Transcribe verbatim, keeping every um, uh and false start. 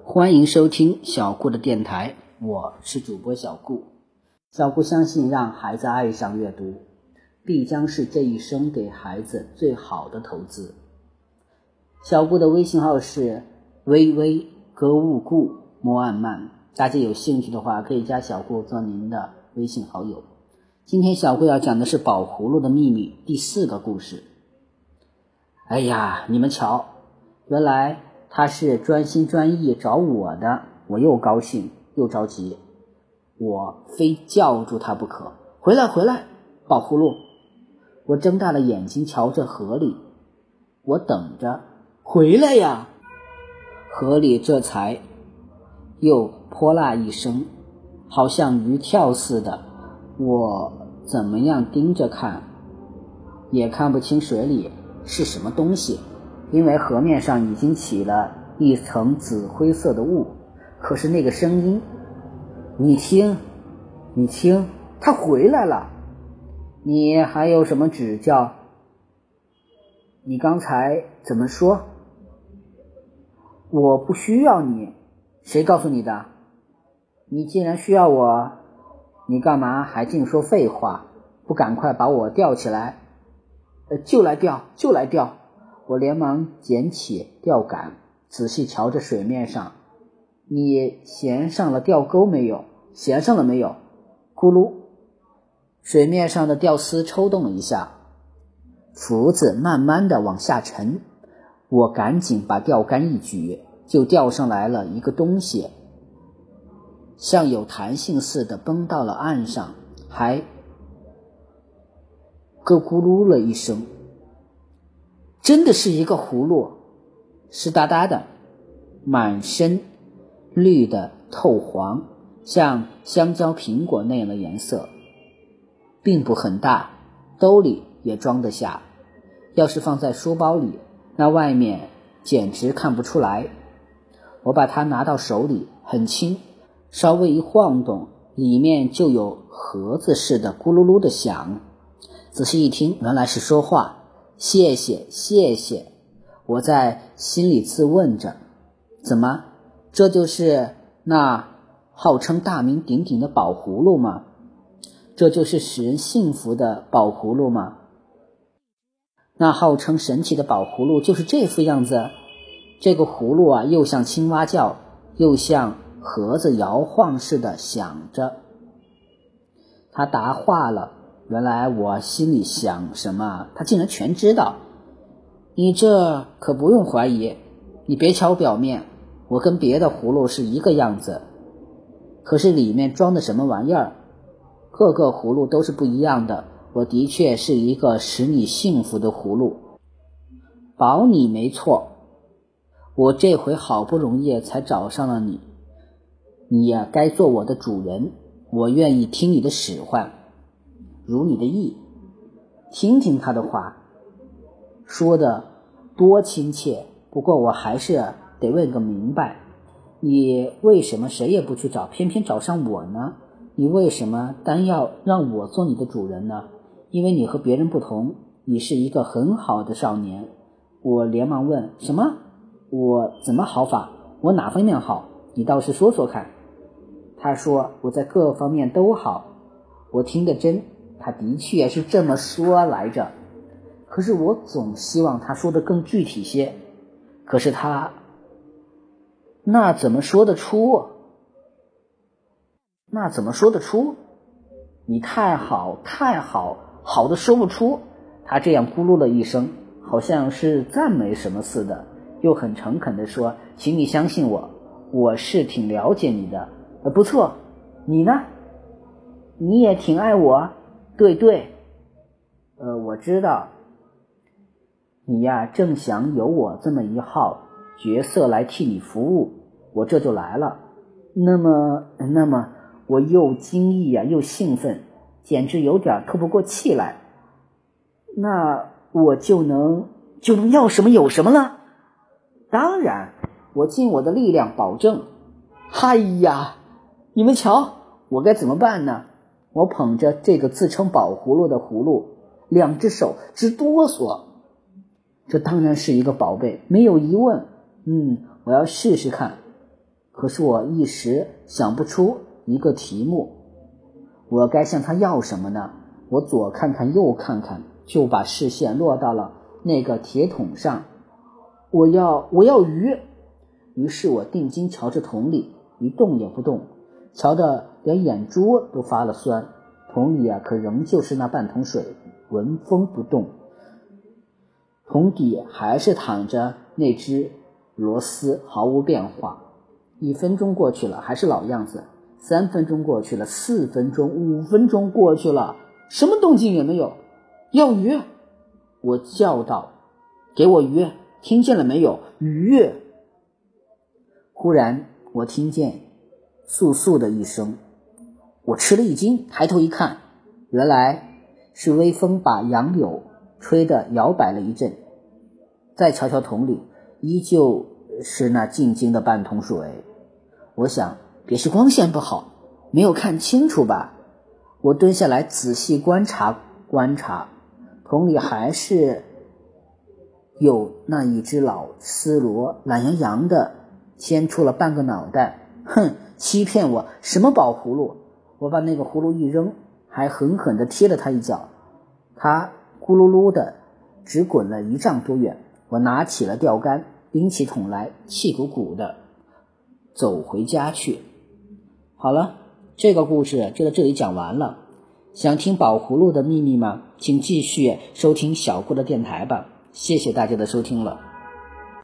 欢迎收听小顾的电台，我是主播小顾。小顾相信，让孩子爱上阅读，必将是这一生给孩子最好的投资。小顾的微信号是微微格物顾摩安曼，大家有兴趣的话，可以加小顾做您的微信好友。今天小顾要讲的是宝葫芦的秘密第四个故事。哎呀，你们瞧，原来他是专心专意找我的，我又高兴又着急，我非叫住他不可。回来回来，宝葫芦！我睁大了眼睛瞧着河里，我等着，回来呀！河里这才又泼啦一声，好像鱼跳似的，我怎么样盯着看也看不清水里是什么东西，因为河面上已经起了一层紫灰色的雾。可是那个声音，你听你听，他回来了。你还有什么指教？你刚才怎么说？我不需要你。谁告诉你的？你既然需要我，你干嘛还净说废话？不赶快把我吊起来？呃，就来吊就来吊。我连忙捡起钓竿，仔细瞧着水面上。你衔上了钓钩没有？衔上了没有？咕噜，水面上的钓丝抽动了一下，浮子慢慢的往下沉。我赶紧把钓竿一举，就钓上来了一个东西，像有弹性似的蹦到了岸上，还咯咕噜了一声。真的是一个葫芦，湿哒哒的，满身绿的透黄，像香蕉苹果那样的颜色，并不很大，兜里也装得下。要是放在书包里，那外面简直看不出来。我把它拿到手里，很轻，稍微一晃动，里面就有盒子似的咕噜噜的响。仔细一听，原来是说话。谢谢谢谢，我在心里自问着，怎么，这就是那号称大名鼎鼎的宝葫芦吗？这就是使人幸福的宝葫芦吗？那号称神奇的宝葫芦就是这副样子。这个葫芦啊，又像青蛙叫，又像盒子摇晃似的响着。他答话了，原来我心里想什么，他竟然全知道。你这可不用怀疑，你别瞧表面，我跟别的葫芦是一个样子，可是里面装的什么玩意儿，各个葫芦都是不一样的。我的确是一个使你幸福的葫芦，保你没错。我这回好不容易才找上了你，你呀该做我的主人，我愿意听你的使唤，如你的意。听听他的话，说的多亲切。不过我还是得问个明白，你为什么谁也不去找，偏偏找上我呢？你为什么单要让我做你的主人呢？因为你和别人不同，你是一个很好的少年。我连忙问，什么？我怎么好法？我哪方面好？你倒是说说看。他说我在各方面都好。我听得真，他的确是这么说来着。可是我总希望他说得更具体些。可是他那怎么说得出？那怎么说得出？你太好太好，好的说不出。他这样咕噜了一声，好像是赞美什么似的，又很诚恳地说，请你相信我，我是挺了解你的。呃，不错，你呢？你也挺爱我？对对，呃，我知道。你呀，正想有我这么一号角色来替你服务，我这就来了。那么，那么，我又惊异呀，又兴奋，简直有点透不过气来。那我就能就能要什么有什么了？当然，我尽我的力量保证。哎呀，你们瞧，我该怎么办呢？我捧着这个自称宝葫芦的葫芦，两只手直哆嗦。这当然是一个宝贝，没有疑问。嗯，我要试试看。 可是我一时想不出一个题目，我该向他要什么呢？我左看看右看看，就把视线落到了那个铁桶上。我要我要鱼。于是我定睛瞧着桶里，一动也不动，瞧得连眼珠都发了酸。桶里啊，可仍旧是那半桶水，纹风不动。桶底还是躺着那只螺丝，毫无变化。一分钟过去了，还是老样子。三分钟过去了，四分钟，五分钟过去了，什么动静也没有。要鱼！我叫道：“给我鱼！听见了没有？鱼！”忽然我听见簌簌的一声，我吃了一惊，抬头一看，原来是微风把杨柳吹得摇摆了一阵。再瞧瞧桶里，依旧是那静静的半桶水。我想，别是光线不好，没有看清楚吧。我蹲下来仔细观察观察，桶里还是有那一只老丝螺，懒洋洋的牵出了半个脑袋。哼，欺骗我，什么宝葫芦！我把那个葫芦一扔，还狠狠地踢了他一脚，他咕噜噜的只滚了一丈多远。我拿起了钓竿，拎起桶来，气鼓鼓的走回家去。好了，这个故事就在这里讲完了。想听宝葫芦的秘密吗？请继续收听小顾的电台吧。谢谢大家的收听了。